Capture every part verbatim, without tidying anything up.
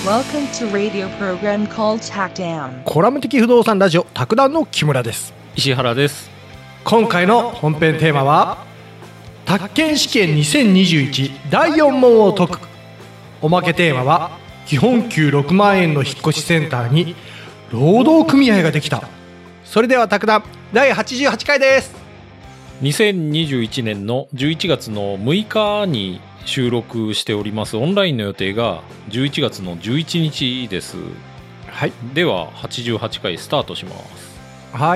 Welcome to radio program called TACDAM。 コラム的不動産ラジオ卓談の木村です。 石原です。 今回の本編テーマは宅建試験にせんにじゅういちだいよん問を解く。おまけテーマは基本給ろくまん円の引っ越しセンターに労働組合ができた。それでは卓談だいはちじゅうはちかいです。 にせんにじゅういちねんのじゅういちがつのむいかに収録しております。オンラインの予定がじゅういちがつのじゅういちにちです。 はい。 でははちじゅうはちかいスタートします。 はい。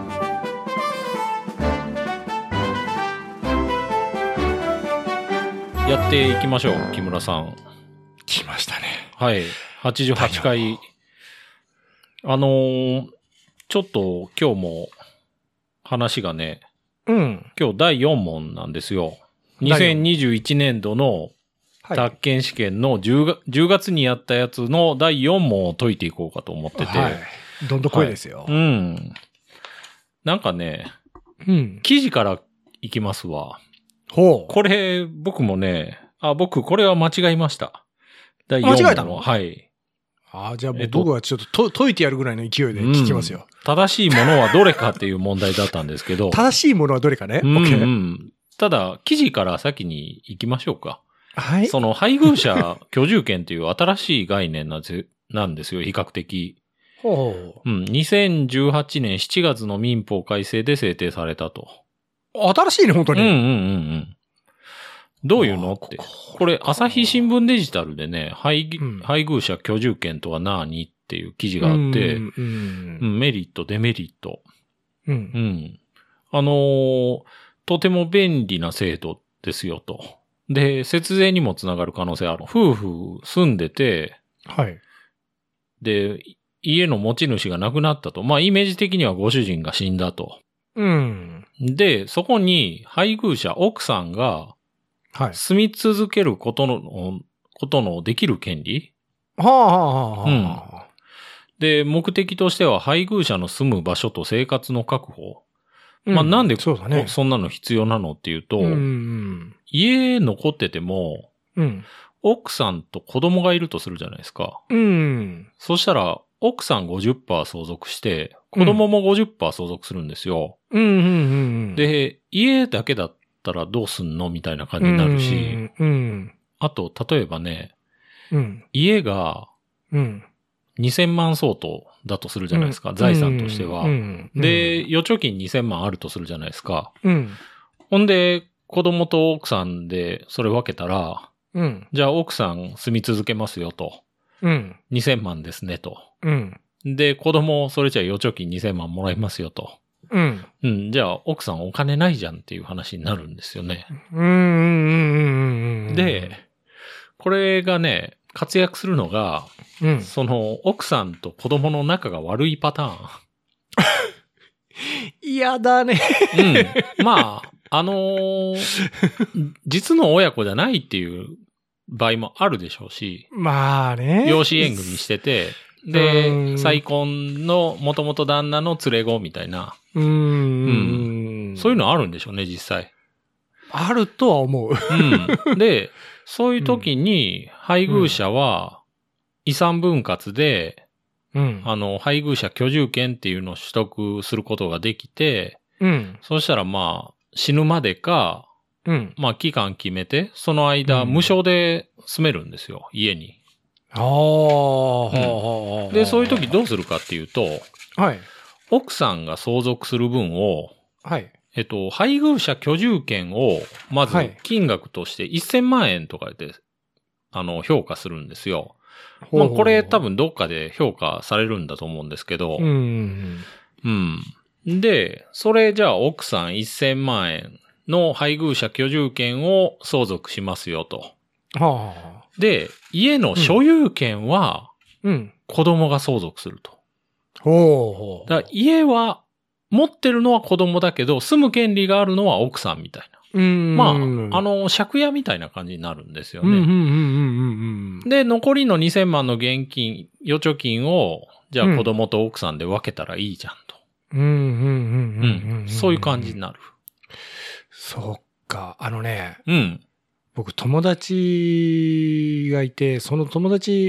やっていきましょう、木村さん。 来ましたね。 はい。はちじゅうはちかい。あのー、ちょっと今日も話がね、 うん。 今日だいよん問なんですよ。にせんにじゅういちねんどの宅建試験の 10, じゅうがつにやったやつのだいよん問を解いていこうかと思ってて。 はい。どんどん濃いですよ。 はい、うん。なんかね、 うん。 記事からいきますわ。 ほう。 これ、僕もね、あ、僕、これは間違いました。だいよん問間違えたの？ はい。 ああ、じゃあもう僕はちょっとと解いてやるぐらいの勢いで聞きますよ、 うん。正しいものはどれかっていう問題だったんですけど。 正しいものはどれかね。 うん、うん。 OK。 ただ、記事から先に行きましょうか。 はい。 その配偶者居住権という新しい概念なんですなんですよ、比較的。 ほう。うん。にせんじゅうはちねんしちがつの民法改正で制定されたと。 新しいね、本当に。 うんうんうんうん。どういうのって。これ、朝日新聞デジタルでね、配、うん、配偶者居住権とは何っていう記事があって、うんうんうん、メリット、デメリット。うん。うん。あのー、とても便利な制度ですよと。で、節税にもつながる可能性ある。夫婦住んでて、 はい。 で、家の持ち主が亡くなったと。まあ、イメージ的にはご主人が死んだと。 うん。 で、そこに配偶者、奥さんが、はい。住み続けることの、ことのできる権利？ はあはあはあ。うん。 で、目的としては配偶者の住む場所と生活の確保。うん、まあ、なんで、そうだね、そんなの必要なのっていうと、うんうん、家残ってても、うん、奥さんと子供がいるとするじゃないですか。うん、そしたら、奥さん ごじゅっパーセント 相続して、子供も ごじゅっパーセント 相続するんですよ。うんうんうんうん、で、家だけだったらどうすんのみたいな感じになるし、うんうん、あと、例えばね、うん、家が、うんにせんまん相当だとするじゃないですか、うん、財産としては、うんうん。で、預貯金にせんまんあるとするじゃないですか。うん、ほんで、子供と奥さんでそれ分けたら、うん、じゃあ奥さん住み続けますよと。うん、にせんまんですねと。うん、で、子供それじゃあ預貯金にせんまんもらいますよと。うん、うん。じゃあ奥さんお金ないじゃんっていう話になるんですよね。で、これがね、活躍するのが、うん、その奥さんと子供の仲が悪いパターン。 嫌だね。 うん。まあ、あのー、実の親子じゃないっていう場合もあるでしょうし。 まあね。 養子縁組してて、で、再婚の元々旦那の連れ子みたいな。うーん。うん。そういうのあるんでしょうね、実際。 あるとは思う。 うん。で、そういう時に配偶者は遺産分割で、うん、あの、配偶者居住権っていうのを取得することができて、うん、そうしたらまあ死ぬまでか、うん、まあ期間決めて、その間無償で住めるんですよ、家に。ああ、うん、で、そういう時どうするかっていうと、はい、奥さんが相続する分を、はい。えっと、配偶者居住権を、まず金額としてせんまんえんとかで、あの、評価するんですよ。まあ、これ多分どっかで評価されるんだと思うんですけど、うん。うん。で、それじゃあ奥さんせんまんえんの配偶者居住権を相続しますよと。はあ、で、家の所有権は、子供が相続すると。ほう。だから家は、持ってるのは子供だけど、住む権利があるのは奥さんみたいな。うんまあ、あの、借家みたいな感じになるんですよね。で、残りのにせんまんの現金、預貯金を、じゃあ子供と奥さんで分けたらいいじゃんと。うん。そういう感じになる。 そっか。あのね。うん。僕、友達がいて、その友達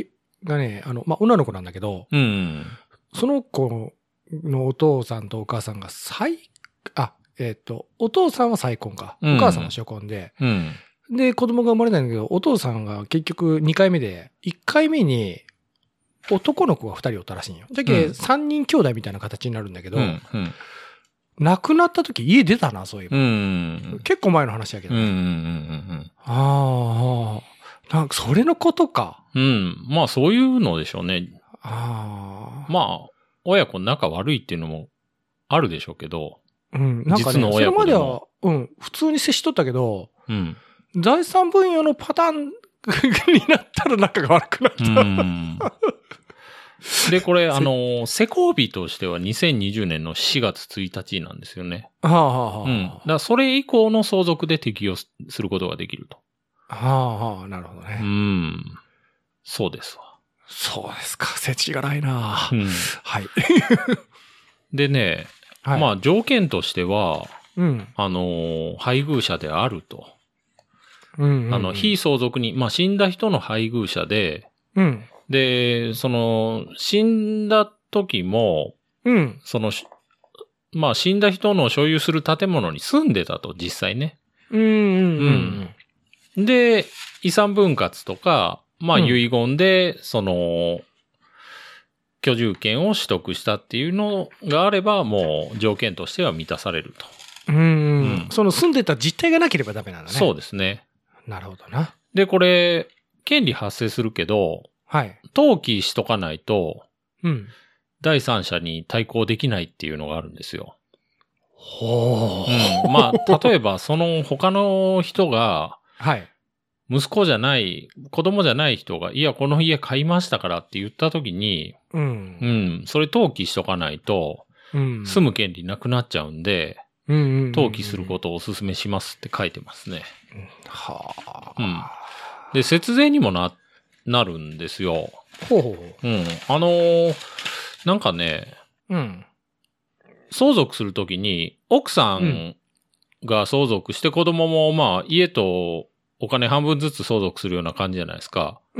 がね、あの、まあ、女の子なんだけど、 うん。 その子のお父さんとお母さんが再、あ、えっ、と、お父さんは再婚か。お母さんは初婚で、 うん。 で、子供が生まれないんだけど、お父さんが結局にかいめで、いっかいめに男の子がふたりおったらしいんよ。じゃけ、 うんさんにん兄弟みたいな形になるんだけど、 うん。うん。 亡くなった時家出たな、そういえば。 うん。 結構前の話やけどうん。うね。 ん。 ああ、なんかそれのことか。 うん。まあそういうのでしょうね。 ああ。 まあ、親子仲悪いっていうのもあるでしょうけど。 うん。なんかね、 実の親それまで子でもは、うん、普通に接しとったけど、 うん。 財産分与のパターンになったら仲が悪くなった。 うんで、これ、あの、施行日としてはにせんにじゅうねんのしがつついたちなんですよね。 はあはあはあ。 うん。だからそれ以降の相続で適用することができると。 はあはあ、なるほどね。 うん。そうですわ。 そうですか。世知がないな、 うん。 はい。 でね、 はい、 まあ条件としては、 うん。 あの、配偶者であると。 うんうんうん、 あの、非相続人、まあ死んだ人の配偶者で、 うん。 で、その、死んだ時も、 うん。 その、まあ死んだ人の所有する建物に住んでたと、実際ね。 うんうんうんうん。で、遺産分割とか、まあ遺言で、うん、その、居住権を取得したっていうのがあれば、もう条件としては満たされると。 うんうん。その住んでた実態がなければダメなんだね。 そうですね。 なるほどな。 で、これ、権利発生するけど、 はい。 登記しとかないと、 うん。 第三者に対抗できないっていうのがあるんですよ。 ほう。うん。まあ、例えば、その他の人が、 はい。 息子じゃない、子供じゃない人が、いや、この家買いましたからって言った時に、 うん。 うん。それ登記しとかないと、うん、住む権利なくなっちゃうんで、うんうんうんうん、登記することをお勧めしますって書いてますね。 うん、はあ。 うん。で、節税にもな、なるんですよ。 ほうほうほう。うん。あのー、なんかね、 うん。 相続するときに、奥さんが相続して子供もまあ家とお金半分ずつ相続するような感じじゃないですか。 うん。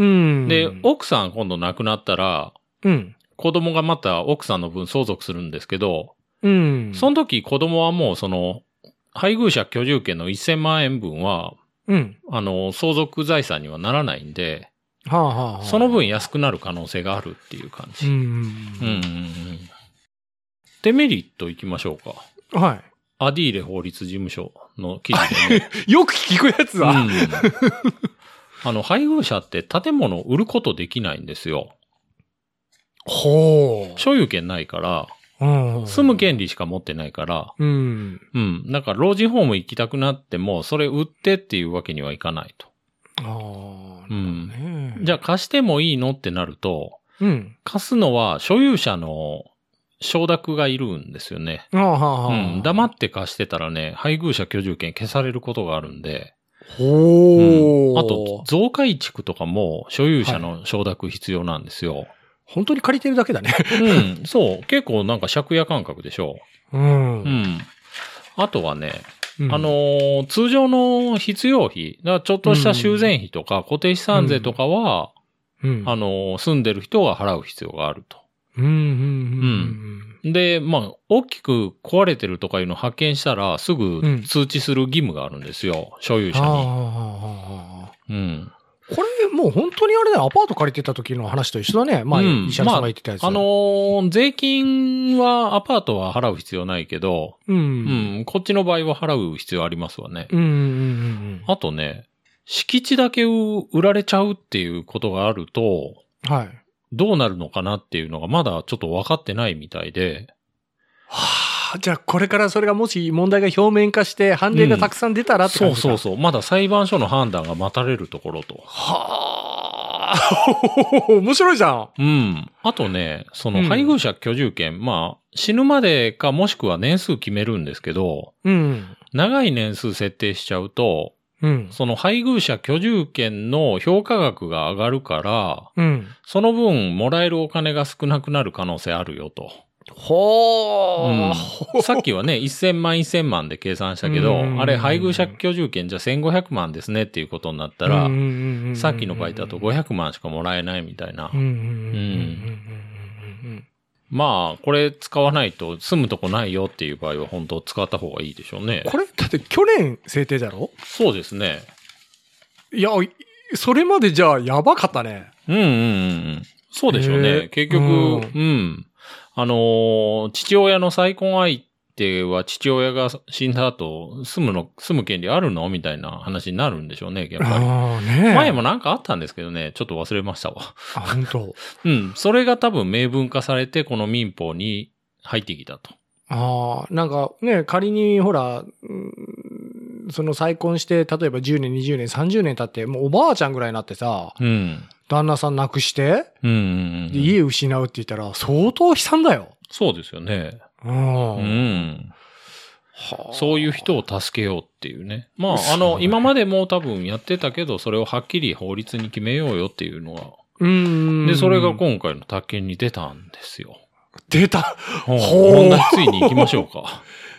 で、奥さん今度亡くなったら、 うん。 子供がまた奥さんの分相続するんですけど、 うん。 その時子供はもうその、配偶者居住権のせんまんえんぶんは、 うん。 あの、相続財産にはならないんで、 はあはあはあ、 その分安くなる可能性があるっていう感じ。 うん。うんうんうんうんデメリットいきましょうか。 はい。 アディーレ法律事務所の記事でね。 よく聞くやつだ。うん、 あの、配偶者って建物を売ることできないんですよ。 ほう。 所有権ないから、うん、住む権利しか持ってないから、うん。うん。だから老人ホーム行きたくなっても、それ売ってっていうわけにはいかないと。ああ、うん。じゃあ貸してもいいのってなると、うん。貸すのは所有者の承諾がいるんですよね。ああ、うん。黙って貸してたらね、配偶者居住権消されることがあるんで。ほう、うん。あと、増改築とかも所有者の承諾必要なんですよ。はい、 本当に借りてるだけだね。 うん。そう。結構なんか借家感覚でしょ。うん。うん。あとはね、うん、あのー、通常の必要費、だからちょっとした修繕費とか固定資産税とかは、うん、あのー、住んでる人が払う必要があると。うん、うん、うん。で、まあ、大きく壊れてるとかいうのを発見したら、すぐ通知する義務があるんですよ。うん、所有者に。うん。 これもう本当にあれだよ、アパート借りてた時の話と一緒だね。まあ、うん、石原さんが言ってたやつ。 まあ、あのー、税金はアパートは払う必要ないけど、うん。うん。こっちの場合は払う必要ありますわね。うんうんうんうん。あとね、敷地だけ売られちゃうっていうことがあると、はい。どうなるのかなっていうのがまだちょっと分かってないみたいで。 はあ、じゃあこれからそれがもし問題が表面化して判例がたくさん出たらって感じか、 うん、そうそうそう。まだ裁判所の判断が待たれるところと。 はあ。面白いじゃん。 うん。あとね、その配偶者居住権、うん、まあ死ぬまでかもしくは年数決めるんですけど、うん、長い年数設定しちゃうと、うん、その配偶者居住権の評価額が上がるから、うん、その分もらえるお金が少なくなる可能性あるよと。 ほー、 うん。さっきはね、せんまんせんまんで計算したけど、あれ配偶者居住権じゃせんごひゃくまんですねっていうことになったら、さっきの書いてあとごひゃくまんしかもらえないみたいな。うん。まあ、これ使わないと住むとこないよっていう場合は本当使った方がいいでしょうね。 これ、だって去年制定だろ？ そうですね。 いや、それまでじゃあやばかったね。 うんうんうん。そうでしょうね。結局、うん、うん。あのー、父親の再婚相手は父親が死んだ後、住むの、住む権利あるのみたいな話になるんでしょうね、やっぱり。 あね、 前もなんかあったんですけどね、ちょっと忘れましたわ。 あ、本当。 うん。それが多分明文化されて、この民法に入ってきたと。 ああ、なんかね、仮にほら、その再婚して、例えばじゅうねん、にじゅうねん、さんじゅうねん経って、もうおばあちゃんぐらいになってさ、 うん。 旦那さん亡くして、 うんうんうん、 家失うって言ったら相当悲惨だよ。 そうですよね。 うん。 うん。はあ、そういう人を助けようっていうね。まあ、あの、今までも多分やってたけど、それをはっきり法律に決めようよっていうのは。 うん。 で、それが今回の宅建に出たんですよ。 出た。 ほう。本題ついに行きましょうか。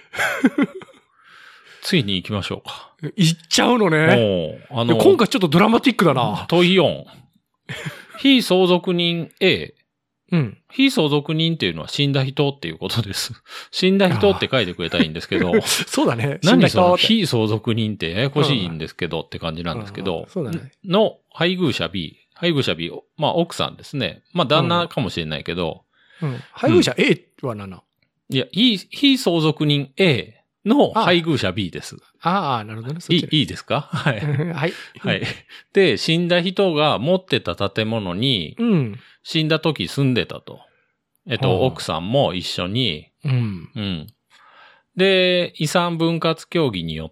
ついに行きましょうか。 行っちゃうのね。 あの今回ちょっとドラマティックだな。 問いよん。非相続人 A。 うん。 非相続人っていうのは死んだ人っていうことです。死んだ人って書いてくれたらいいんですけど。 そうだね。 何その非相続人ってややこしいんですけどって感じなんですけど。 そうだね。 の配偶者 B。配偶者 B。まあ奥さんですね。まあ旦那かもしれないけど。 うん。配偶者 A は何なの？ いや、非、非相続人 A の配偶者 B です。 ああ、なるほどね。 いい、いいですか？はい。 はい。 はい。で、死んだ人が持ってた建物に、 うん、 死んだ時住んでたと。えっと、奥さんも一緒に、 うん。 うん。で、遺産分割協議によって、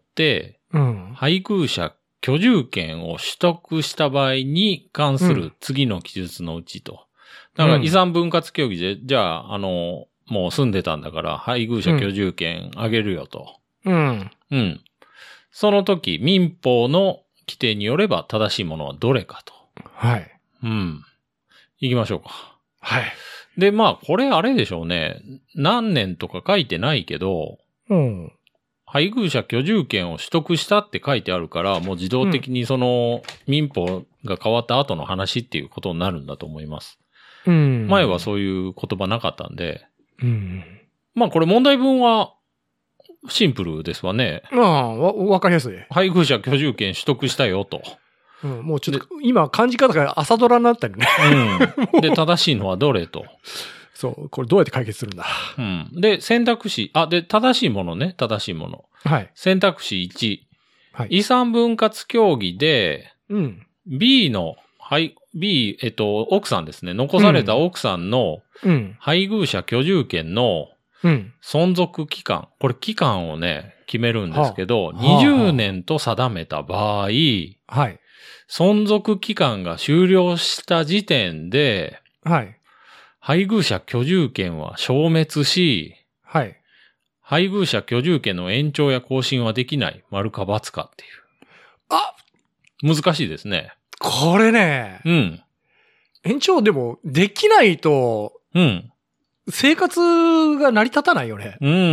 うん、 配偶者居住権を取得した場合に関する次の記述のうちと。だから遺産分割協議で、じゃあ、あの、もう住んでたんだから、配偶者居住権あげるよと。 うん。 うん。その時、民法の規定によれば正しいものはどれかと。 はい。 うん。行きましょうか。 はい。 で、まあ、これあれでしょうね。何年とか書いてないけど、 うん。 配偶者居住権を取得したって書いてあるから、もう自動的にその民法が変わった後の話っていうことになるんだと思います。 うん。 前はそういう言葉なかったんで。 うん。 まあ、これ問題文はシンプルですわね。 ああ、わ、わかりやすい。 配偶者居住権取得したよと。 うん、もうちょっと、今漢字方が朝ドラになったりね。 うん。で、正しいのはどれと。 そう、これどうやって解決するんだ。 うん。で、選択肢、あ、で、正しいものね、正しいもの。 はい。 選択肢いち。 はい。 遺産分割協議で、 うん。 B の、はい、B、えっと、奥さんですね。残された奥さんの、 うん。配偶者居住権の、うん。存続期間。これ期間をね、決めるんですけど、はあ、にじゅうねんと定めた場合、はい。存続期間が終了した時点で、はい。配偶者居住権は消滅し、はい。配偶者居住権の延長や更新はできない。丸か×かっていう。あ！難しいですね。 これね。うん。延長でもできないと、うん。生活が成り立たないよね。 うんうんうんうん。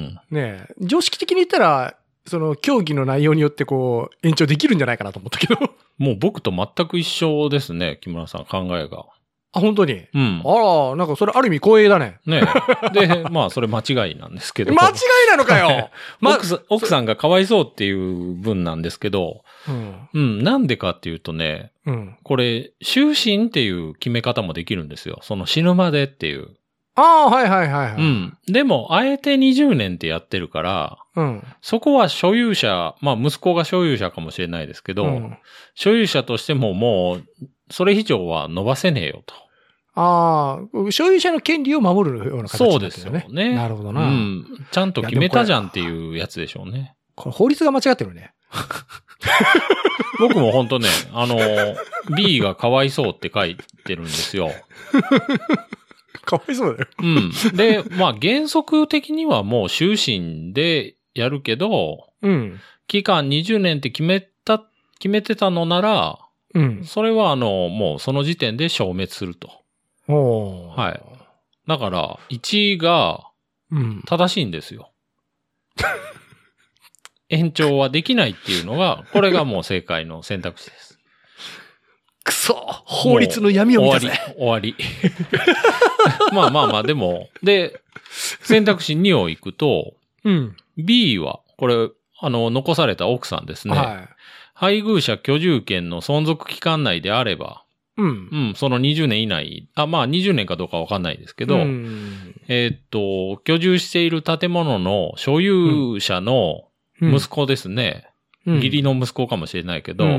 ねえ。常識的に言ったら、その協議の内容によってこう、延長できるんじゃないかなと思ったけど。 もう僕と全く一緒ですね、木村さん、考えが。 あ、本当に？ うん。 あら、なんかそれある意味光栄だね。 ねえ。で、まあそれ間違いなんですけど。 間違いなのかよま、奥さ、奥さんがかわいそうっていう分なんですけど、うん。うん。なんでかっていうとね、うん。これ、終身っていう決め方もできるんですよ。その死ぬまでっていう。 ああ、はいはいはい、はい。 うん。でも、あえてにじゅうねんってやってるから、うん。そこは所有者、まあ息子が所有者かもしれないですけど、うん、所有者としてももう、それ以上は伸ばせねえよと。 ああ、所有者の権利を守るような形なんですよね。そうですよね。 なるほどな。 うん。ちゃんと決めたじゃんっていうやつでしょうね。 これ法律が間違ってるね。 僕も本当ね、あの、B がかわいそうって書いてるんですよ。 かわいそうだよ。 うん。で、まあ原則的にはもう終身でやるけど、うん。期間にじゅうねんって決めた、決めてたのなら、うん。それはあの、もうその時点で消滅すると。 おはい。 だから、いちが正しいんですよ。うん、延長はできないっていうのが、これがもう正解の選択肢です。 くそ法律の闇を見たぜ。 終わり。終わり。まあまあまあ、でも、で、選択肢にを行くと、うん、B は、これ、あの、残された奥さんですね。はい、配偶者居住権の存続期間内であれば、うん。うん、そのにじゅうねん以内、あ、まあにじゅうねんかどうかわかんないですけど、うん、えー、っと、居住している建物の所有者の息子ですね。うん、義理の息子かもしれないけど、うん、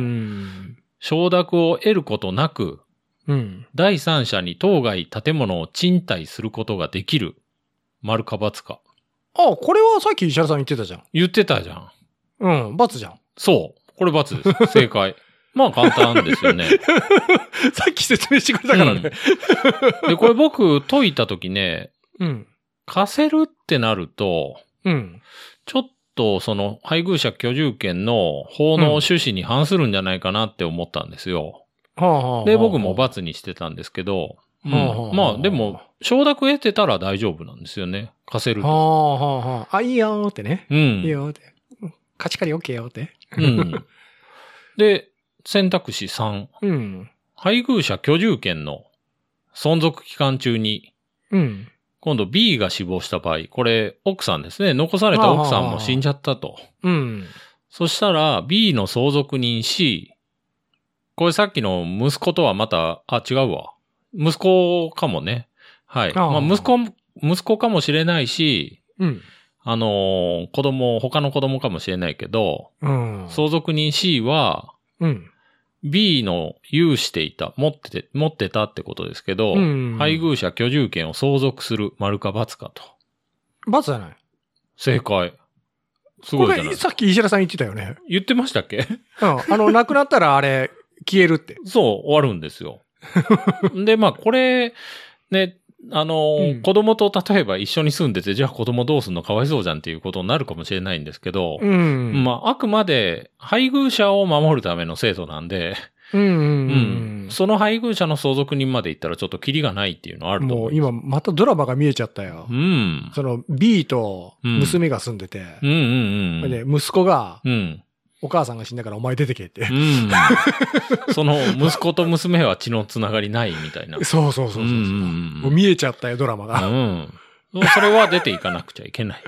承諾を得ることなく、うん、第三者に当該建物を賃貸することができる。丸か×か。 あ、これはさっき石原さん言ってたじゃん。 言ってたじゃん。 うん、×じゃん。 そう。これ×です。正解。まあ簡単ですよね。 さっき説明してくれたからね。 うん、で、これ僕解いたときね、うん。貸せるってなると、うん。ちょっとその配偶者居住権の法の趣旨に反するんじゃないかなって思ったんですよ。うん、で、僕も×にしてたんですけど、うん、まあでも、承諾得てたら大丈夫なんですよね。貸せると。 はあはあはあ、あ、いいよーってね。うん。いいよーって。貸し借り OK よって。うん。 で、選択肢さん。うん。配偶者居住権の存続期間中に、うん。今度 B が死亡した場合、これ奥さんですね。残された奥さんも死んじゃったと。うん。そしたら B の相続人 C。これさっきの息子とはまた、あ、違うわ。息子かもね。はい。あまあ息子、息子かもしれないし、うん。あのー、子供、他の子供かもしれないけど、うん、相続人 C は、うん、B の有していた、持ってて、持ってたってことですけど、うん、配偶者居住権を相続する、丸か×かと。 ×じゃない。 正解。すごいじゃない。 これさっき石原さん言ってたよね。 言ってましたっけ？ うん。あの、亡くなったらあれ、消えるって。 そう、終わるんですよ。で、まあ、これ、ね、あの、うん、子供と例えば一緒に住んでて、じゃあ子供どうすんのかわいそうじゃんっていうことになるかもしれないんですけど、うん、まあ、あくまで配偶者を守るための制度なんで、うんうんうんうん、その配偶者の相続人まで行ったらちょっとキリがないっていうのはあると思う。 もう今またドラマが見えちゃったよ。うん、その B と娘が住んでて、うんうんうんうん、で息子が、うんお母さんが死んだからお前出てけって。うん。 その息子と娘は血のつながりないみたいな。 そうそうそうそうそう、うんうん。もう見えちゃったよ、ドラマが。うん。 それは出ていかなくちゃいけない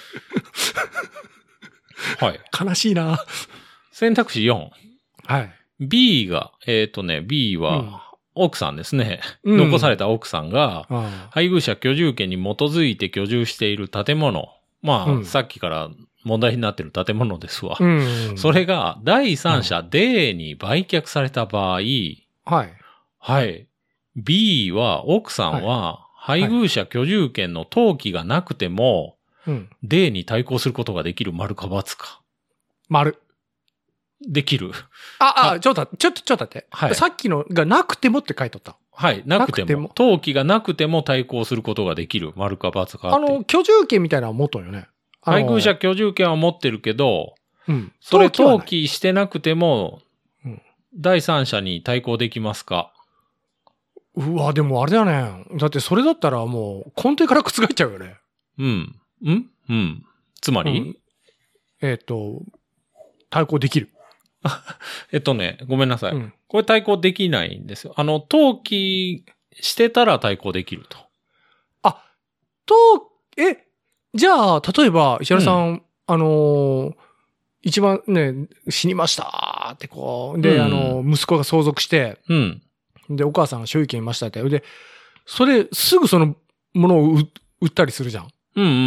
と。はい。 悲しいな。 選択肢よん。はい。B が、えっとね、B は奥さんですね。うん、残された奥さんが、うん、配偶者居住権に基づいて居住している建物。まあ、うん、さっきから問題になっている建物ですわ。うんうん、それが第三者 D に売却された場合、はい。はい。B は、奥さんは、配偶者居住権の登記がなくても、はい、D に対抗することができる丸か×か。 丸。 できる。 あ、あ、ちょっと、ちょっと、ちょっと待って。はい。さっきのがなくてもって書いとった。 はい。なくても。ても登記がなくても対抗することができる丸か×か。 あの、居住権みたいなのは持っとんよね。 配偶者居住権は持ってるけど、うん、それ登記してなくても、うん、第三者に対抗できますか？ うわ、でもあれだよね。だってそれだったらもう根底から覆っちゃうよね。 うん。んうん。つまり、うん、 えっと、対抗できる。 えっとね、ごめんなさい、うん。これ対抗できないんですよ。あの、登記してたら対抗できると。 あ、と、え、じゃあ、例えば、石原さん、うん、あのー、一番ね、死にましたってこう、で、うん、あの、息子が相続して、うん、で、お母さんが所有権いましたって、で、それ、すぐそのものを売ったりするじゃん。うんうん。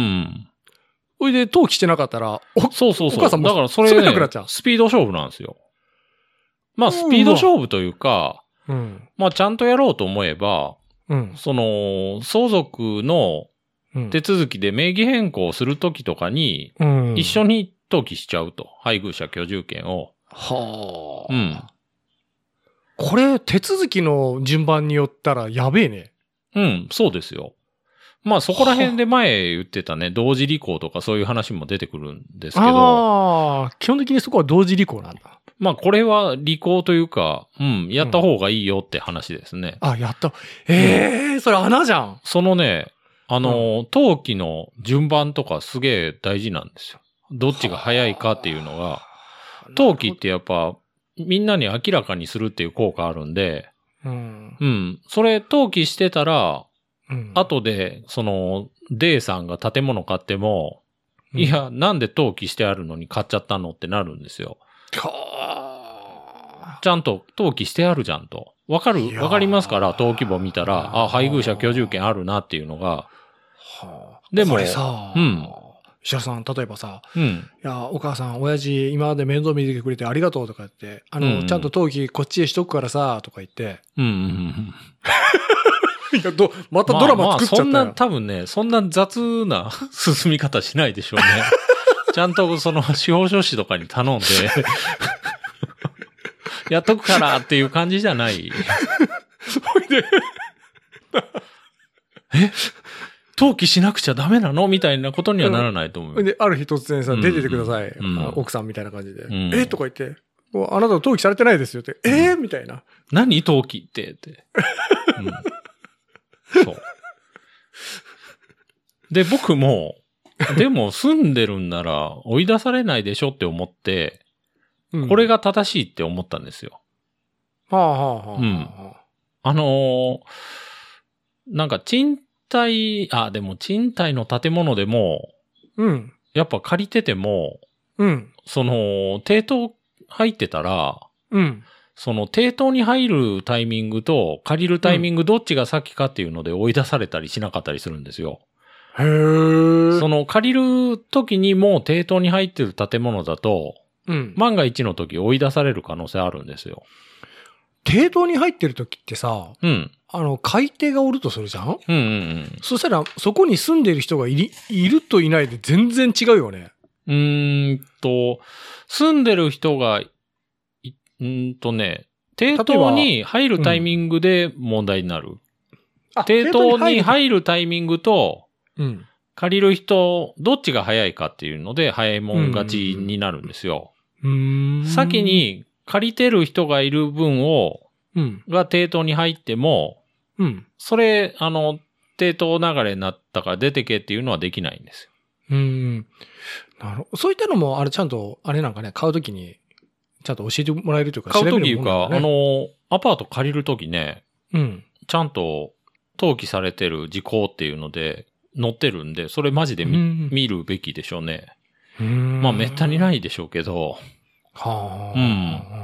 それで、登記してなかったら、お、 そうそうそう。 お母さんも、 だからそれ、ね、なくなっちゃう。スピード勝負なんですよ。まあ、スピード勝負というか、うん、まあ、ちゃんとやろうと思えば、うん、その、相続の、手続きで名義変更するときとかに、一緒に登記しちゃうと。配偶者居住権を。はあ。うん。 これ、手続きの順番によったらやべえね。 うん、そうですよ。 まあそこら辺で前言ってたね、同時履行とかそういう話も出てくるんですけど。 ああ、基本的にそこは同時履行なんだ。 まあこれは履行というか、うん、やった方がいいよって話ですね。 うん、あ、やった。ええー、それ穴じゃん。 そのね、あの、うん、登記の順番とかすげえ大事なんですよ。どっちが早いかっていうのが、登記ってやっぱみんなに明らかにするっていう効果あるんで、うん。うん。それ登記してたら、うん、後で、その、デイさんが建物買っても、うん、いや、なんで登記してあるのに買っちゃったのってなるんですよ。ちゃんと登記してあるじゃんと。わかるわかりますから、登記簿見たら、あ、配偶者居住権あるなっていうのが。 はあ、 でも、 これさ、 うん。 石田さん、例えばさ、 うん。 いや、お母さん、親父、今まで面倒見てくれてありがとうとか言って、あの、うんうん、ちゃんと登記こっちへしとくからさ、とか言って。 うんうんうん。 いや、ど、またドラマ作っちゃったよ。 まあまあ、そんな、多分ね、そんな雑な進み方しないでしょうね。ちゃんとその司法書士とかに頼んで、やっとくからっていう感じじゃない。 それで、 え登記しなくちゃダメなのみたいなことにはならないと思う。 うん、で、ある日突然さ、出ててください。うんうん、奥さんみたいな感じで。うん、えとか言って、あなた登記されてないですよって。うん、えー、みたいな。 何登記ってって。うんそう。で、僕も、でも住んでるんなら追い出されないでしょって思って、うん、これが正しいって思ったんですよ。 はあはあはあ。 うん。あのー、なんか賃貸、あ、でも賃貸の建物でも、 うん。 やっぱ借りてても、 うん。 その、抵当入ってたら、 うん。その、抵当に入るタイミングと借りるタイミングどっちが先かっていうので追い出されたりしなかったりするんですよ。 へー。 その、借りる時にもう抵当に入ってる建物だと、うん。万が一の時追い出される可能性あるんですよ。 抵当に入ってる時ってさ、 うん。 あの、買い手がおるとするじゃん？ うんうんうん。 そしたら、そこに住んでる人がいり、いるといないで全然違うよね。 うーんと、住んでる人が、い、んーとね、抵当に入るタイミングで問題になる。うん、抵当に入るタイミングと、うん、借りる人、どっちが早いかっていうので、早いもん勝ちになるんですよ。 うーん。 先に借りてる人がいる分を、うん、が抵当に入っても、 うん。 それ、あの、抵当流れになったから出てけっていうのはできないんですよ。 うーん。なるほど。そういったのも、あれちゃんと、あれなんかね、買うときに、ちゃんと教えてもらえるというか、 買うときいうか、あの、アパート借りるときね、 うん。 ちゃんと登記されてる時効っていうので、載ってるんで、それマジで 見,、うん、見るべきでしょうね。 うーん。 まあ、めったにないでしょうけど。 はあ。 うん。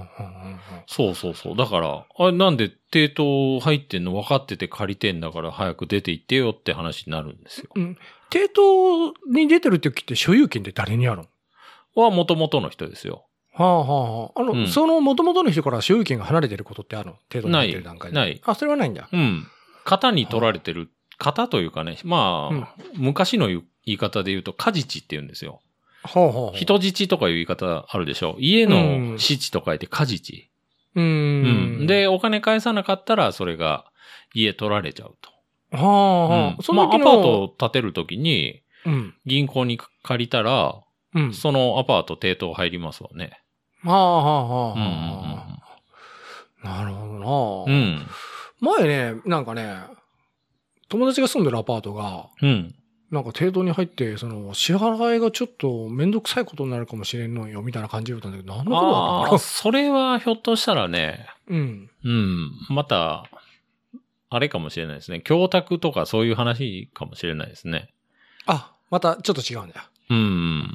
そうそうそう。だから、あれなんで抵当入ってんの分かってて借りてんだから早く出て行ってよって話になるんですよ。 うん。抵当に出てる時って所有権って誰にあるの？ は元々の人ですよ。 はあはあはあ。あの、うん、その元々の人から所有権が離れてることってあるの？抵当に入ってる段階で。 ない。ない。 あ、それはないんだ。 うん。型に取られてる、型というかね、まあ、うん、昔の言い方で言うと、家地って言うんですよ。 はあはあはあ、 人質とかいう言い方あるでしょ。家の質と書いて家地。 うん、 うん。で、お金返さなかったら、それが家取られちゃうと。 はあ、はあ。 うん、そのまあ、アパートを建てるときに、銀行に借りたら、うん、そのアパート抵当入りますわね。 はあ、はあ、はあ。なるほどな。 うん。 前ね、なんかね、友達が住んでるアパートが、 うん。 なんか抵当に入って、その、支払いがちょっとめんどくさいことになるかもしれんのよ、みたいな感じだったんだけど、何のことだったのかな？ それはひょっとしたらね、 うん。 うん。また、あれかもしれないですね。供託とかそういう話かもしれないですね。 あ、またちょっと違うんだ。 うん。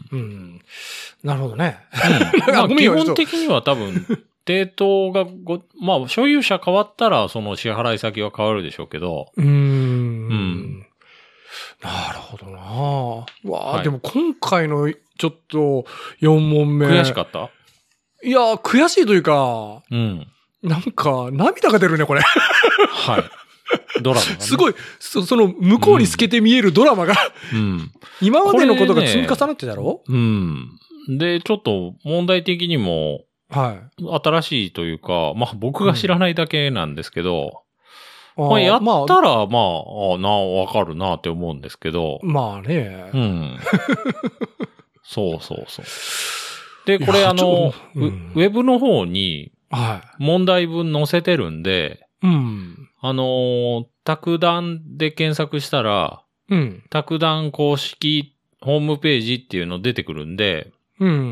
うん。なるほどね。 うん、まあ、基本的には多分、抵当がご、まあ、所有者変わったら、その支払い先は変わるでしょうけど。 うーん。 うん。 なるほどなぁ。わあ、はい、でも今回のちょっとよん問目。 悔しかった？ いや、悔しいというか、 うん。 なんか、涙が出るね、これ。 はい。ドラマが、ね。 すごいそ、その、向こうに透けて見えるドラマが、 うん。 今までのことが積み重なってたろ、 ね、うん。で、ちょっと問題的にも、 はい。 新しいというか、まあ僕が知らないだけなんですけど、 まあ、やったら、まあ、まあ、な、わかるなって思うんですけど。 まあね。 うん。そうそうそう。で、これあの、うん、ウェブの方に、問題文載せてるんで、 うん、 あの、卓談で検索したら、 うん、 卓談公式ホームページっていうの出てくるんで、 うん、 うん。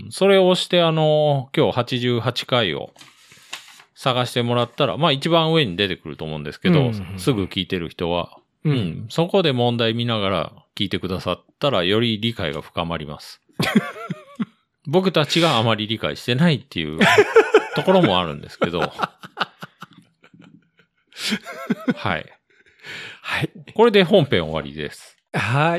それを押して、あの、今日はちじゅうはちかいを探してもらったら、まあ一番上に出てくると思うんですけど、うんうんうん、すぐ聞いてる人は、うん、うん。そこで問題見ながら聞いてくださったら、より理解が深まります。僕たちがあまり理解してないっていうところもあるんですけど。はい。 はい。 これで本編終わりです。 はい。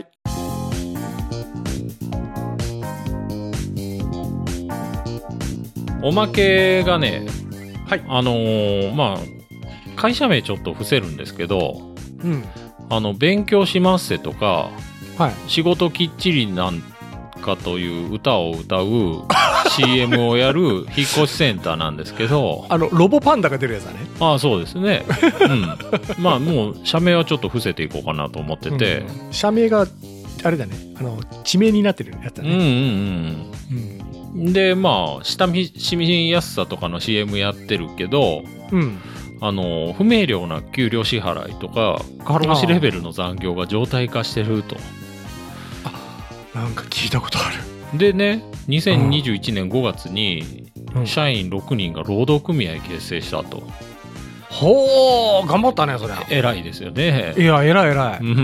おまけがね、 はい。 あのー、まあ、会社名ちょっと伏せるんですけど、 うん。 あの、勉強しますせとか、 はい。 仕事きっちりなんかという歌を歌うシーエム をやる引っ越しセンターなんですけど、 あの、ロボパンダが出るやつだね。 ああ、そうですね。うん。まあ、もう、社名はちょっと伏せていこうかなと思ってて。 うん、社名が、あれだね、あの、地名になってるやつだね。 うんうんうん。うんで、まあ、親しみやすさとかの シーエム やってるけど、 うん、 あの、不明瞭な給料支払いとか、過労死レベルの残業が常態化してると。 あ、なんか聞いたことある。 でね、にせんにじゅういちねんごがつに、社員ろくにんが労働組合結成したと。 ほー、頑張ったね、それ。 偉いですよね。 いや、偉い偉い。 うん。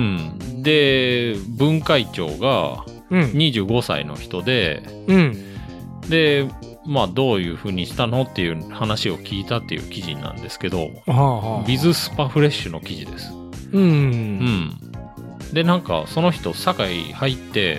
で、分会長がにじゅうごさいの人で、 うん。 で、まあどういう風にしたのっていう話を聞いたっていう記事なんですけど、 はあはあ、 ビズスパフレッシュの記事です。 うん。うん。 で、なんかその人、堺入って、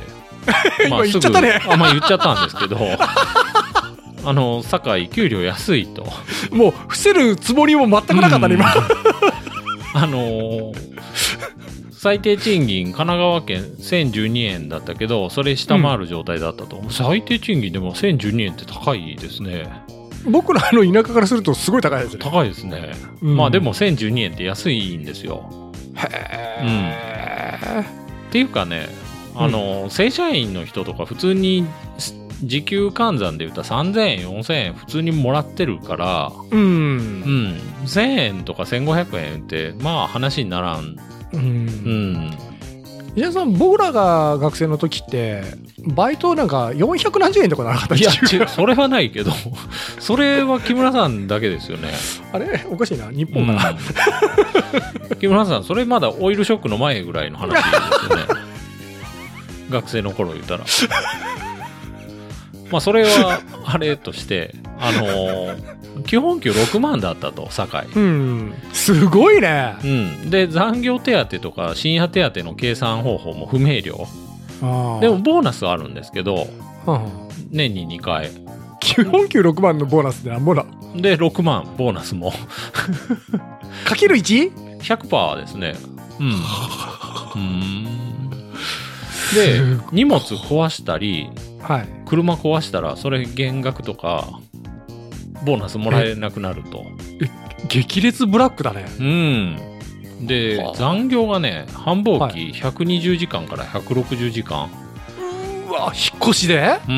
まあ、今言っちゃったね。 あ、まあ言っちゃったんですけど、あの、堺給料安いと。 もう伏せるつもりも全くなかったね、うん、今。 あのー、最低賃金神奈川県せんじゅうにえんだったけど、それ下回る状態だったと、うん、最低賃金でもせんじゅうにえんって高いですね。 僕らの田舎からするとすごい高いですね。 高いですね、うん、まあでもせんじゅうにえんって安いんですよ。 へー、 うん、っていうかね、あの、うん、正社員の人とか普通に時給換算で言ったらさんぜんえんよんせんえん普通にもらってるから、 うん、うん、せんえんとかせんごひゃくえんってまあ話にならん。 うん、うん、伊沢さん、僕らが学生の時ってバイトなんかよんひゃくなんじゅうえんとかなかった。 いやそれはないけどそれは木村さんだけですよね。 あれおかしいな、日本かな、うん、 木村さんそれまだオイルショックの前ぐらいの話ですよね学生の頃言ったらまあそれはあれとしてあのー、基本給ろくまんだったと堺、 うん、すごいね、 うん、で残業手当とか深夜手当の計算方法も不明瞭。でもボーナスはあるんですけど、 はあ、 年ににかい。 基本給ろくまんのボーナスってなんぼだ。 でろくまんボーナスもかける いち? ひゃくパーセント ですね。うん。うーんで荷物壊したり、 はい、 車壊したらそれ減額とかボーナスもらえなくなると。 え激烈ブラックだね。 うん。で残業がね繁忙期ひゃくにじゅうじかんからひゃくろくじゅうじかん。 うわ引っ越しで。 うん。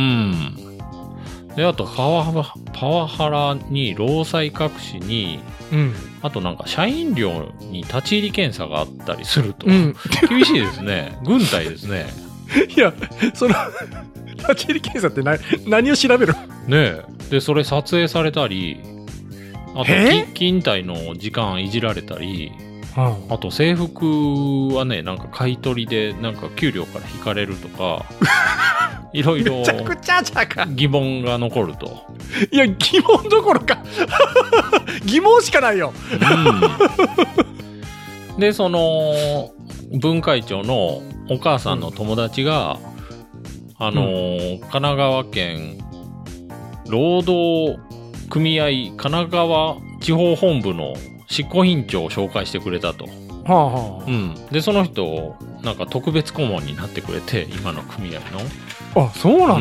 であとパワパワハラに労災隠しに、 うん、 あとなんか社員寮に立ち入り検査があったりすると、うん、厳しいですね。軍隊ですね。 いやその立ち入り検査って何、何を調べるねえ。でそれ撮影されたり、あと勤怠の時間いじられたり、 はあ、あと制服はねなんか買い取りでなんか給料から引かれるとかいろいろ疑問が残ると。 いや疑問どころか疑問しかないよ、 うん、でその分会長のお母さんの友達が、うん、あのーうん、神奈川県労働組合神奈川地方本部の執行委員長を紹介してくれたと。 はあはあ、 うん、でその人なんか特別顧問になってくれて今の組合の。あ、そうなんだ、うん、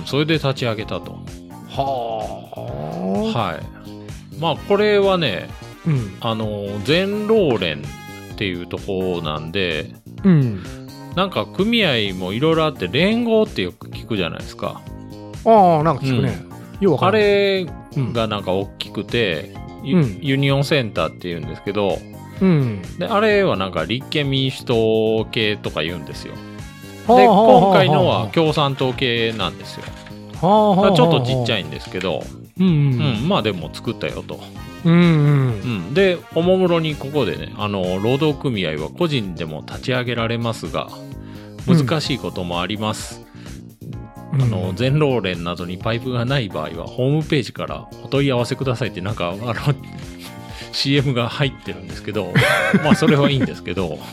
それで立ち上げたと。 はあ、 はい。まあこれはねうん、 あの全労連っていうとこなんで、 うん、 なんか組合もいろいろあって連合ってよく聞くじゃないですか。 ああなんか聞くね、 うん、よくあれがなんか大きくて、うん、ユニオンセンターっていうんですけど、うん、であれはなんか立憲民主党系とか言うんですよ。で今回のは共産党系なんですよ。ちょっとちっちゃいんですけど、うんうんうん、まあでも作ったよと。うんうんうん、でおもむろにここでね、あの労働組合は個人でも立ち上げられますが難しいこともあります、うん、あの全労連などにパイプがない場合はホームページからお問い合わせくださいってなんかあのシーエム が入ってるんですけどまあそれはいいんですけど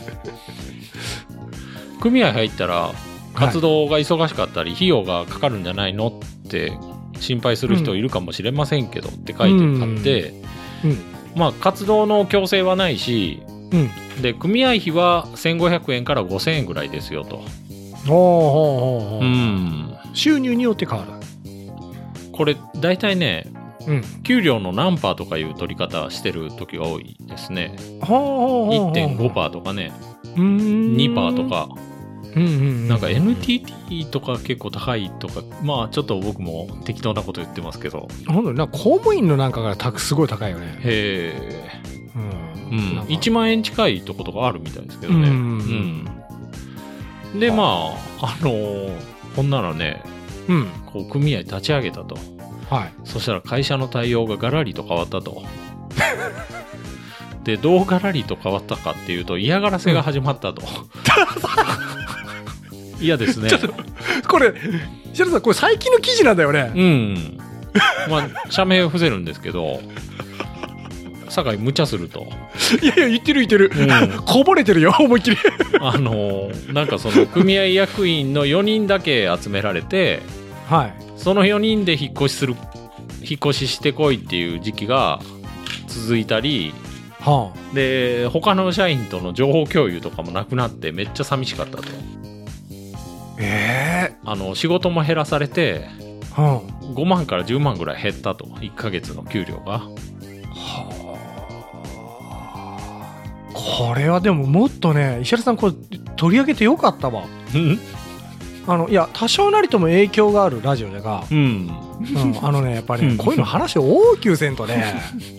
組合入ったら活動が忙しかったり費用がかかるんじゃないのって心配する人いるかもしれませんけどって書いてあって、うんうん、まあ活動の強制はないし、うん、で組合費はせんごひゃくえんからごせんえんぐらいですよと。 おー、うん、収入によって変わる。 これ大体ね、うん、給料の何パーとかいう取り方してる時が多いですね。 いってんごパーセント とかね、にパーセント とか、うんうんうん、なんか エヌティーティー とか結構高いとか、まあちょっと僕も適当なこと言ってますけど、 ほんとなんか公務員のなんかがたすごい高いよね。 へえ、うんうん、いちまんえん近いとことかあるみたいですけどね、うん、うん、でまああのー、ほんならね、うん、こう組合立ち上げたと、はい、そしたら会社の対応がガラリと変わったとでどうガラリと変わったかっていうと嫌がらせが始まったと、うん、嫌ですね。ちょっとこれ白さんこれ最近の記事なんだよね。 うんまあ社名を伏せるんですけど酒井無茶すると。 いやいや言ってる言ってる、うん、こぼれてるよ思いっきりあのなんかその組合役員のよにんだけ集められて、はい、そのよにんで引っ越しする引っ越ししてこいっていう時期が続いたり、はあ、で他の社員との情報共有とかもなくなってめっちゃ寂しかったと。えー、あの仕事も減らされて、はあ、ごまんからじゅうまんぐらい減ったと、いっかげつの給料が。はあ、これはでももっとね石原さんこれ取り上げてよかったわあのいや多少なりとも影響があるラジオだが、うんうん、あのねやっぱり、ね、こういうの話を大きゅうせんとね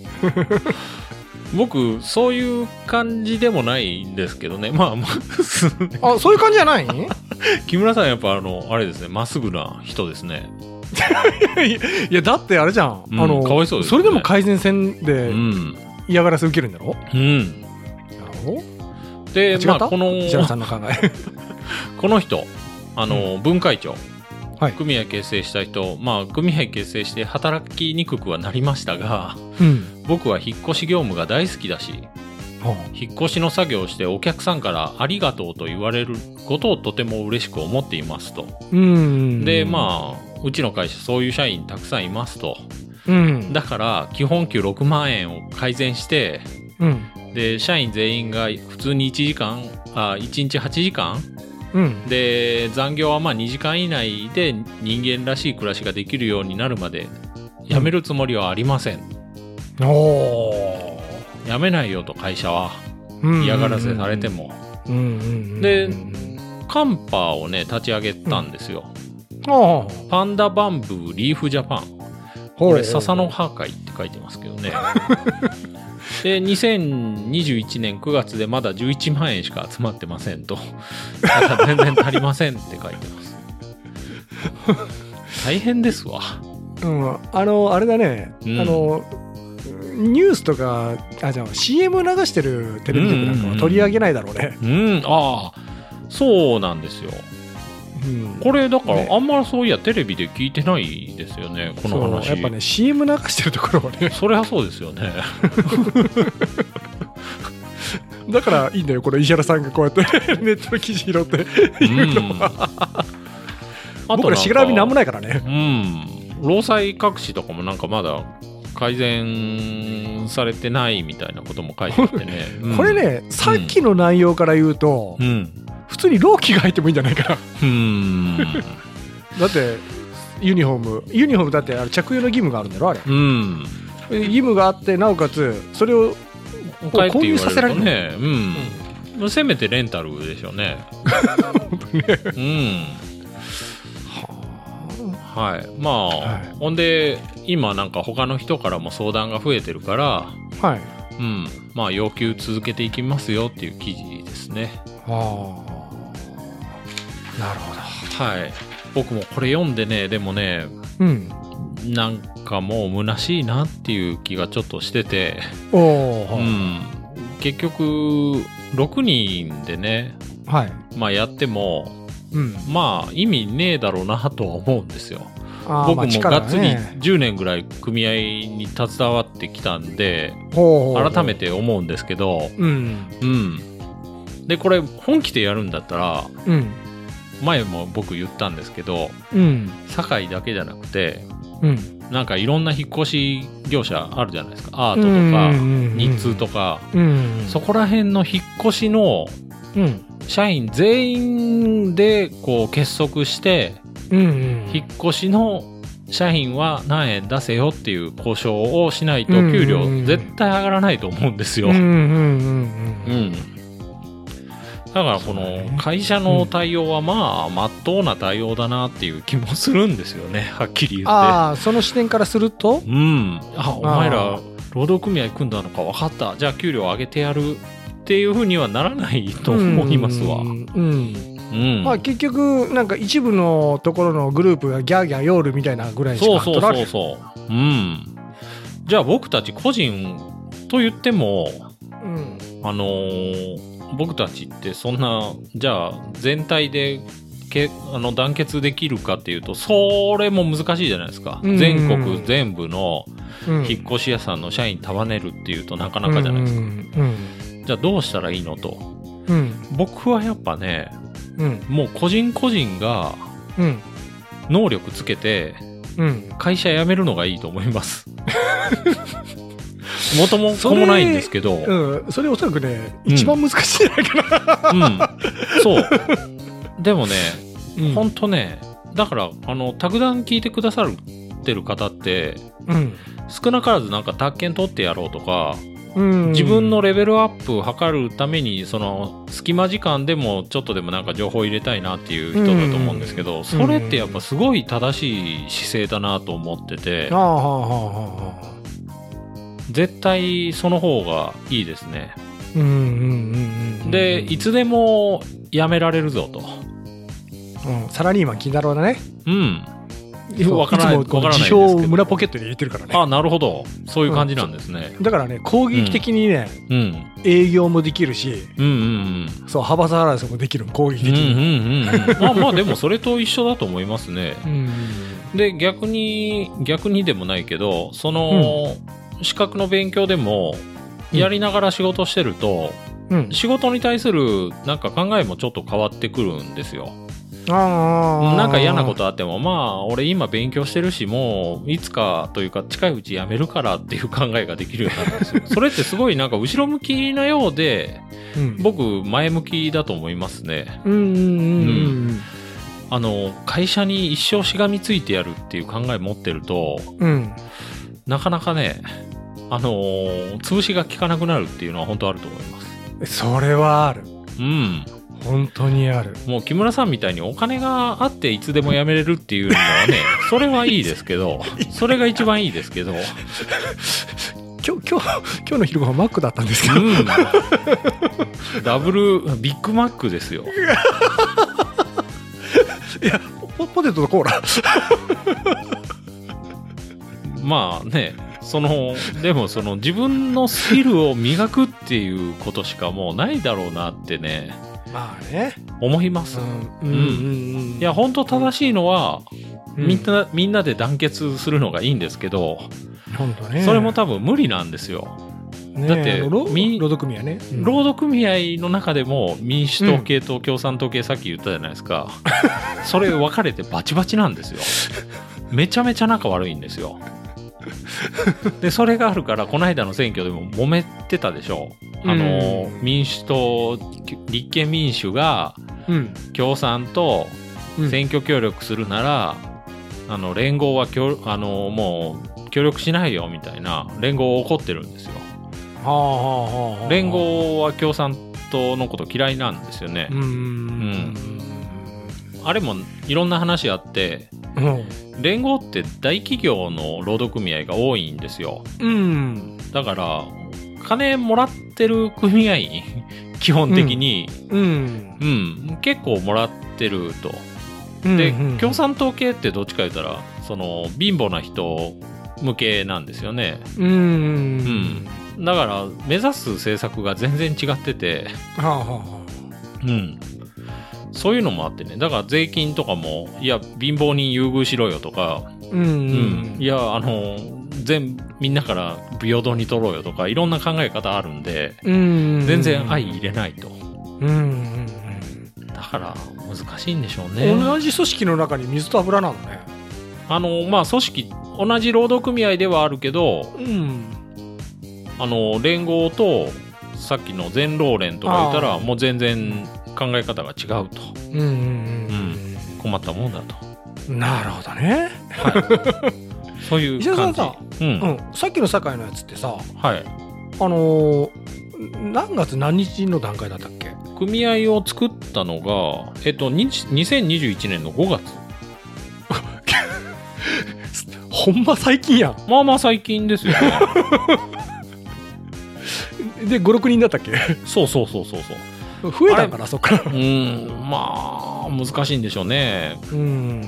僕そういう感じでもないんですけどね。まあまああそういう感じじゃない木村さんやっぱあのあれですね、まっすぐな人ですねいやだってあれじゃん、うん、あのかわいそうですね、それでも改善戦で嫌がらせ受けるんだろ、うん、なるほど。でまあこの石原さんの考えこの人あの、うん、分会長、はい、組合結成した人、まあ組合結成して働きにくくはなりましたが、うん、僕は引っ越し業務が大好きだし、はあ、引っ越しの作業をしてお客さんからありがとうと言われることをとても嬉しく思っていますと。うんでまあうちの会社そういう社員たくさんいますと、うん、だから基本給ろくまんえんを改善して、うん、で社員全員が普通にいちじかんあいちにちはちじかん、うん、で残業はまあにじかん以内で人間らしい暮らしができるようになるまで辞めるつもりはありません、うん、お辞めないよと会社は、うん、嫌がらせされても、うん、でカンパをね立ち上げたんですよ、うん、パンダバンブーリーフジャパン、これ笹の葉会って書いてますけどねでにせんにじゅういちねんくがつでまだじゅういちまんえんしか集まってませんとだから全然足りませんって書いてます大変ですわ、 うん、あのあれだね、うん、あのニュースとかあじゃあ シーエム 流してるテレビ局なんかは取り上げないだろうね、 うん、うんうん、ああそうなんですよ、うん、これだから、ね、あんまそういやテレビで聞いてないですよねこの話。 やっぱね シーエム 流してるところはねそれはそうですよねだからいいんだよこの石原さんがこうやってネットの記事拾って言うのは、うん、僕らしがらみなんもないからね。 うん労災隠しとかもなんかまだ改善されてないみたいなことも書いてあってね、 うん、これねさっきの内容から言うと、うん、普通に労基が入ってもいいんじゃないかな。うーんだってユニフォームユニフォームだってあれ着用の義務があるんだろあれ、うん、義務があってなおかつそれを買えって言われるとね、うん、うん、せめてレンタルでしょうね。本当ね。うん。はい。まあ、はい、ほんで今なんか他の人からも相談が増えてるから、はい。うん。まあ要求続けていきますよっていう記事ですね。はあ。なるほど。 はい。僕もこれ読んでね、でもね、うん。なんかもう虚しいなっていう気がちょっとしてて、おー、うん、結局ろくにんでね、はい、まあやっても、うん、まあ意味ねえだろうなとは思うんですよ。僕もがっつりじゅうねんぐらい組合に携わってきたんで、改めて思うんですけど、うんうん、でこれ本気でやるんだったら、うん、前も僕言ったんですけど、うん、堺だけじゃなくて、うん、なんかいろんな引っ越し業者あるじゃないですか。アートとか日通とか、そこら辺の引っ越しの社員全員でこう結束して、引っ越しの社員は何円出せよっていう交渉をしないと給料絶対上がらないと思うんですよ。だからこの会社の対応はまあ真っ当な対応だなっていう気もするんですよね、はっきり言って。 ああ、その視点からすると、 うん、あ、お前ら労働組合組んだのか分かった、じゃあ給料上げてやるっていうふうにはならないと思いますわ。うん、うんうん、 まあ結局なんか一部のところのグループがギャーギャーヨールみたいなぐらいしか取られない。 そうそうそうそう、うん。じゃあ僕たち個人と言っても、うん、あのー僕たちってそんなじゃあ全体でけあの団結できるかっていうとそれも難しいじゃないですか、うんうん、全国全部の引っ越し屋さんの社員束ねるっていうとなかなかじゃないですか、うんうんうん、じゃあどうしたらいいのと、うん、僕はやっぱね、うん、もう個人個人が能力つけて会社辞めるのがいいと思います元も子もないんですけど、 うん、それおそらくね、うん、一番難しいんじゃないかな、うん、 そうでもね、うん、ほんとね、だからあの卓談聞いてくださってる方って、うん、少なからずなんか宅建取ってやろうとか、うん、自分のレベルアップを図るためにその隙間時間でもちょっとでもなんか情報入れたいなっていう人だと思うんですけど、うん、それってやっぱすごい正しい姿勢だなと思ってて、うん、ああはあはあはあ、絶対その方がいいですね。うんうんうんうん、でいつでも辞められるぞと、 うん、サラリーマン金太郎だね。うん。 わからない、わからないですけど。 自称村ポケットに入れてるからね。 あ、なるほど。そういう感じなんですね。 うん、だからね、攻撃的にね、うん、営業もできるし、うんうんうん、そう派閥争いもできる、攻撃的に。 うんうんうんうん、まあまあでもそれと一緒だと思いますね。うん、で逆に逆にでもないけど、その、うん、資格の勉強でもやりながら仕事してると、うん、仕事に対するなんか考えもちょっと変わってくるんですよ。あなんか嫌なことあっても、まあ俺今勉強してるし、もういつかというか近いうちやめるからっていう考えができるようになるんですよ。それってすごいなんか後ろ向きなようで、うん、僕前向きだと思いますね。うんうんうんうん、あの会社に一生しがみついてやるっていう考え持ってると、うん、なかなかね、あのー、潰しが効かなくなるっていうのは本当あると思います。 それはある。うん。本当にある。 もう木村さんみたいにお金があっていつでも辞めれるっていうのはね、それはいいですけど、それが一番いいですけど。 今日、今日、今日の昼ご飯マックだったんですけど。うん、 ダブル、ビッグマックですよ。 いや、ポ、ポテトとコーラ。 まあね、そのでもその自分のスキルを磨くっていうことしかもうないだろうなってね、まあね思います。うんうんうんうん、いや本当正しいのは、うん、みんなみんなで団結するのがいいんですけど、本当ね、それも多分無理なんですよ。ね、だって労働組合ね、 うん、労働組合の中でも民主党系と共産党系、さっき言ったじゃないですか、うん、それ分かれてバチバチなんですよ。めちゃめちゃ仲悪いんですよ。でそれがあるからこの間の選挙でも揉めてたでしょ。あの、うん、民主党立憲民主が共産と選挙協力するなら、うん、あの連合はきょあのもう協力しないよみたいな連合起こってるんですよ。 はあはあはあ、 連合は共産党のこと嫌いなんですよね。 うーん、うん、 あれもいろんな話あって、うん、連合って大企業の労働組合が多いんですよ。うん、だから金もらってる組合員基本的に、うんうんうん、結構もらってると。で、うんうん、共産党系ってどっちか言ったらその貧乏な人向けなんですよね。うん、うん、だから目指す政策が全然違ってて、はあはあ、うん、そういうのもあってね。だから税金とかもいや貧乏人優遇しろよとか、うんうんうん、いやあの全みんなから平等に取ろうよとかいろんな考え方あるんで、うんうんうん、全然相入れないと、うんうんうん、だから難しいんでしょうね。 同じ組織の中に水と油なのね。 あのまあ組織同じ労働組合ではあるけど、うん、あの連合とさっきの全労連とか言ったらもう全然考え方が違うと、うんうんうんうん、困ったもんだと。 なるほどね、 はい、そういう感じ。石田さんさ、 うんうん、さっきの堺のやつってさ、 はい、 あのー、何月何日の段階だったっけ？ 組合を作ったのが、えっと、にせんにじゅういちねんのごがつほんま最近やん。 まあまあ最近ですよねでご、ろくにんだったっけ？ そうそうそうそうそう。増えたんかなそっから。 うん、まあ難しいんでしょうね。 うん、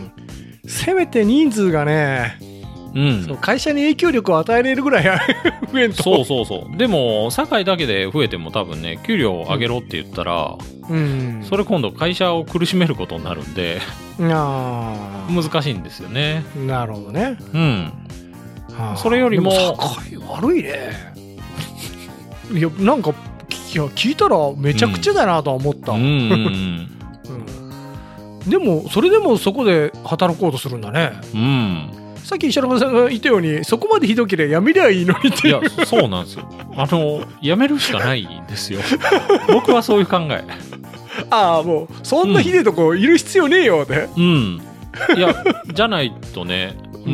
せめて人数がね、うん、そう会社に影響力を与えれるぐらい増えんと。 そうそうそう。でも堺だけで増えても多分ね、給料を上げろって言ったら、うん、それ今度会社を苦しめることになるんで、あ難しいんですよね。 なるほどね。 うん。はあ、それよりも堺悪いね。いやなんかいや聞いたらめちゃくちゃだなとは思った。うんうんうん、でもそれでもそこで働こうとするんだね。うん。さっき石原さんが言ったようにそこまでひどければやめりゃいいのにって。 いやそうなんですよ。あのやめるしかないんですよ。僕はそういう考え。 ああもうそんなひでえとこいる必要ねえよって。 うん。いやじゃないとね。うん。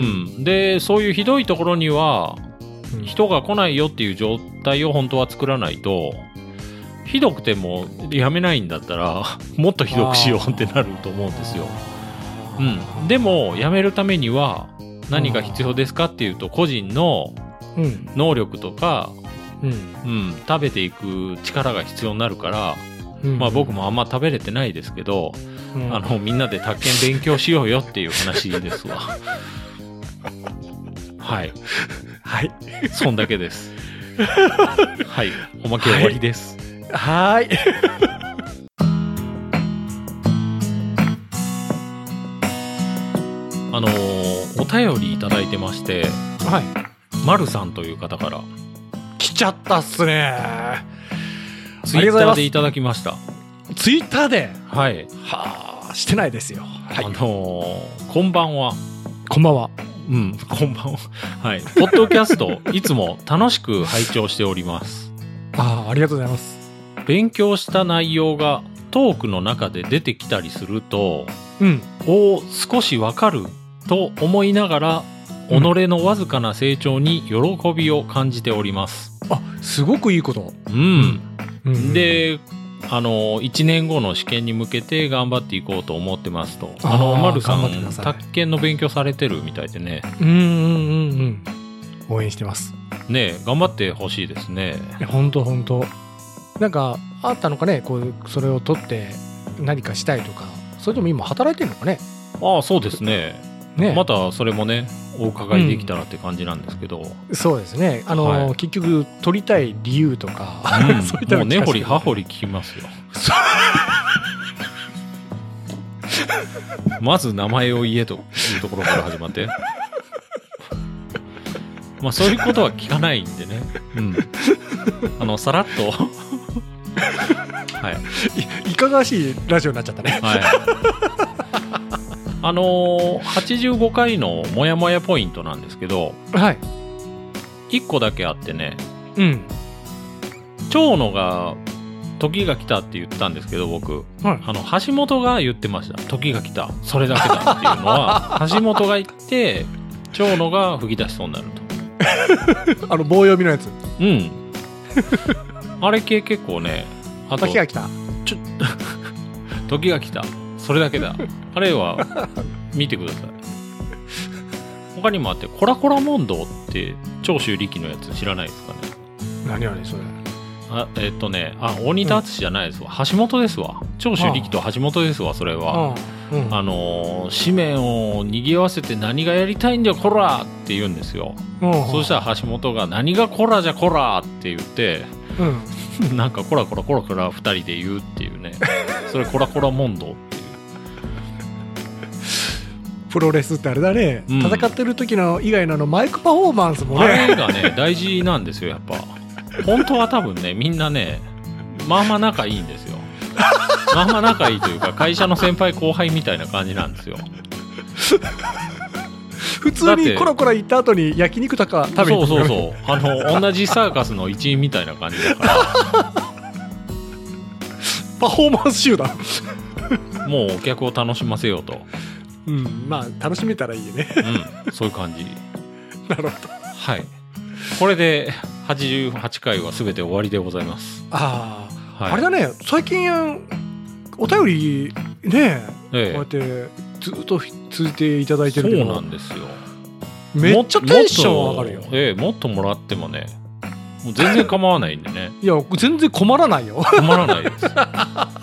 でそういうひどいところには人が来ないよっていう状態を本当は作らないと。ひどくてもやめないんだったらもっとひどくしようってなると思うんですよ。うん。でもやめるためには何が必要ですかっていうと個人の能力とか、うんうん、食べていく力が必要になるから、うん、まあ僕もあんま食べれてないですけど、うん、あのみんなで宅建勉強しようよっていう話ですわ。はいはいそんだけです。はい、おまけ終わりです。 はい、はいあのー、お便りいただいてまして、はい、まるさんという方から来ちゃったっすね。 ツイッターでいただきました。 ツイッターで、 はいはあ、してないですよ。はい、 あのー、こんばんは。 こんばんは。 うん、こんばんは。はい、ポッドキャストいつも楽しく拝聴しております。 ああ、ありがとうございます。 勉強した内容がトークの中で出てきたりすると、うん、お少しわかると思いながら、己のわずかな成長に喜びを感じております。 あ、すごくいいこと。 うん。うん、で、あのいちねんごの試験に向けて頑張っていこうと思ってますと。あのまるさん宅建の勉強されてるみたいでね。 うんうんうんうん。応援してます。 ねえ、頑張ってほしいですね。 本当本当。なんかあったのかね、こうそれを取って何かしたいとか。それとも今働いてるのかね。 ああ、そうですね。ね、またそれもねお伺いできたらって感じなんですけど、 うん、そうですね。あの、はい、結局取りたい理由とか、 うん、そういったもう根掘り葉掘り聞きますよ。まず名前を言えというところから始まってまあそういうことは聞かないんでね、うん、あのさらっとはい、 い, いかがわしいラジオになっちゃったね。はいあのー、はちじゅうごかいのもやもやポイントなんですけど、はい、いっこだけあってね、うん、長野が時が来たって言ったんですけど僕、はい、あの橋本が言ってました。時が来たそれだけだっていうのは橋本が言って長野が吹き出しそうになるとあの棒読みのやつ。 うんあれ系結構ね、あと時が来たちょ時が来たそれだけだ。あれは見てください。他にもあって、コラコラ問答って長州力のやつ知らないですかね。 何あれそれ。 あえっとねあ大仁田敦じゃないですわ、うん、橋本ですわ。長州力と橋本ですわそれは。あ、うん、あのー、紙面を賑わせて何がやりたいんだよコラって言うんですよ、うん、そしたら橋本が何がコラじゃコラって言って、うん、なんかコラコラコラコラふたりで言うっていうねそれコラコラ問答っていう。 プロレスってあれだね、うん、戦ってる時の以外のあのマイクパフォーマンスもね、 あれがね大事なんですよやっぱ。本当は多分ねみんなねまあまあ仲いいんですよ。まあまあ仲いいというか会社の先輩後輩みたいな感じなんですよ。 普通にコラコラ行った後に焼肉とか食べに行く。 そうそうそうあの同じサーカスの一員みたいな感じだからパフォーマンス集団もうお客を楽しませようと。 うん、まあ楽しめたらいいよね。 うん、そういう感じ。 なるほど。 はい。これではちじゅうはちかいはすべて終わりでございます。 ああ、はい、あれだね。最近お便りね、ええ、こうやってずっと続いていただいてるけど。 そうなんですよ。 めっちゃテンション上がるよ。 ええ、もっともらってもね、もう全然構わないんでね。 いや全然困らないよ。 困らないです。本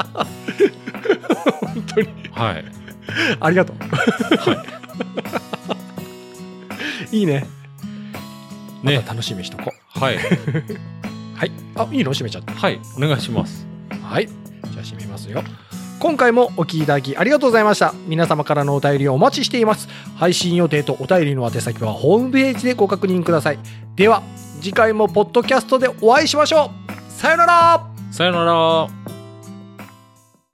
当に。 はい。 ありがとう。はい。いいね。ね、また楽しみにしとこう。はい。 はい。あ、いいの閉めちゃった。 はい。お願いします。 はい。じゃあ閉めますよ。今回もお聞きいただきありがとうございました。皆様からのお便りをお待ちしています。配信予定とお便りの宛先はホームページでご確認ください。では次回もポッドキャストでお会いしましょう。さよなら。 さよなら。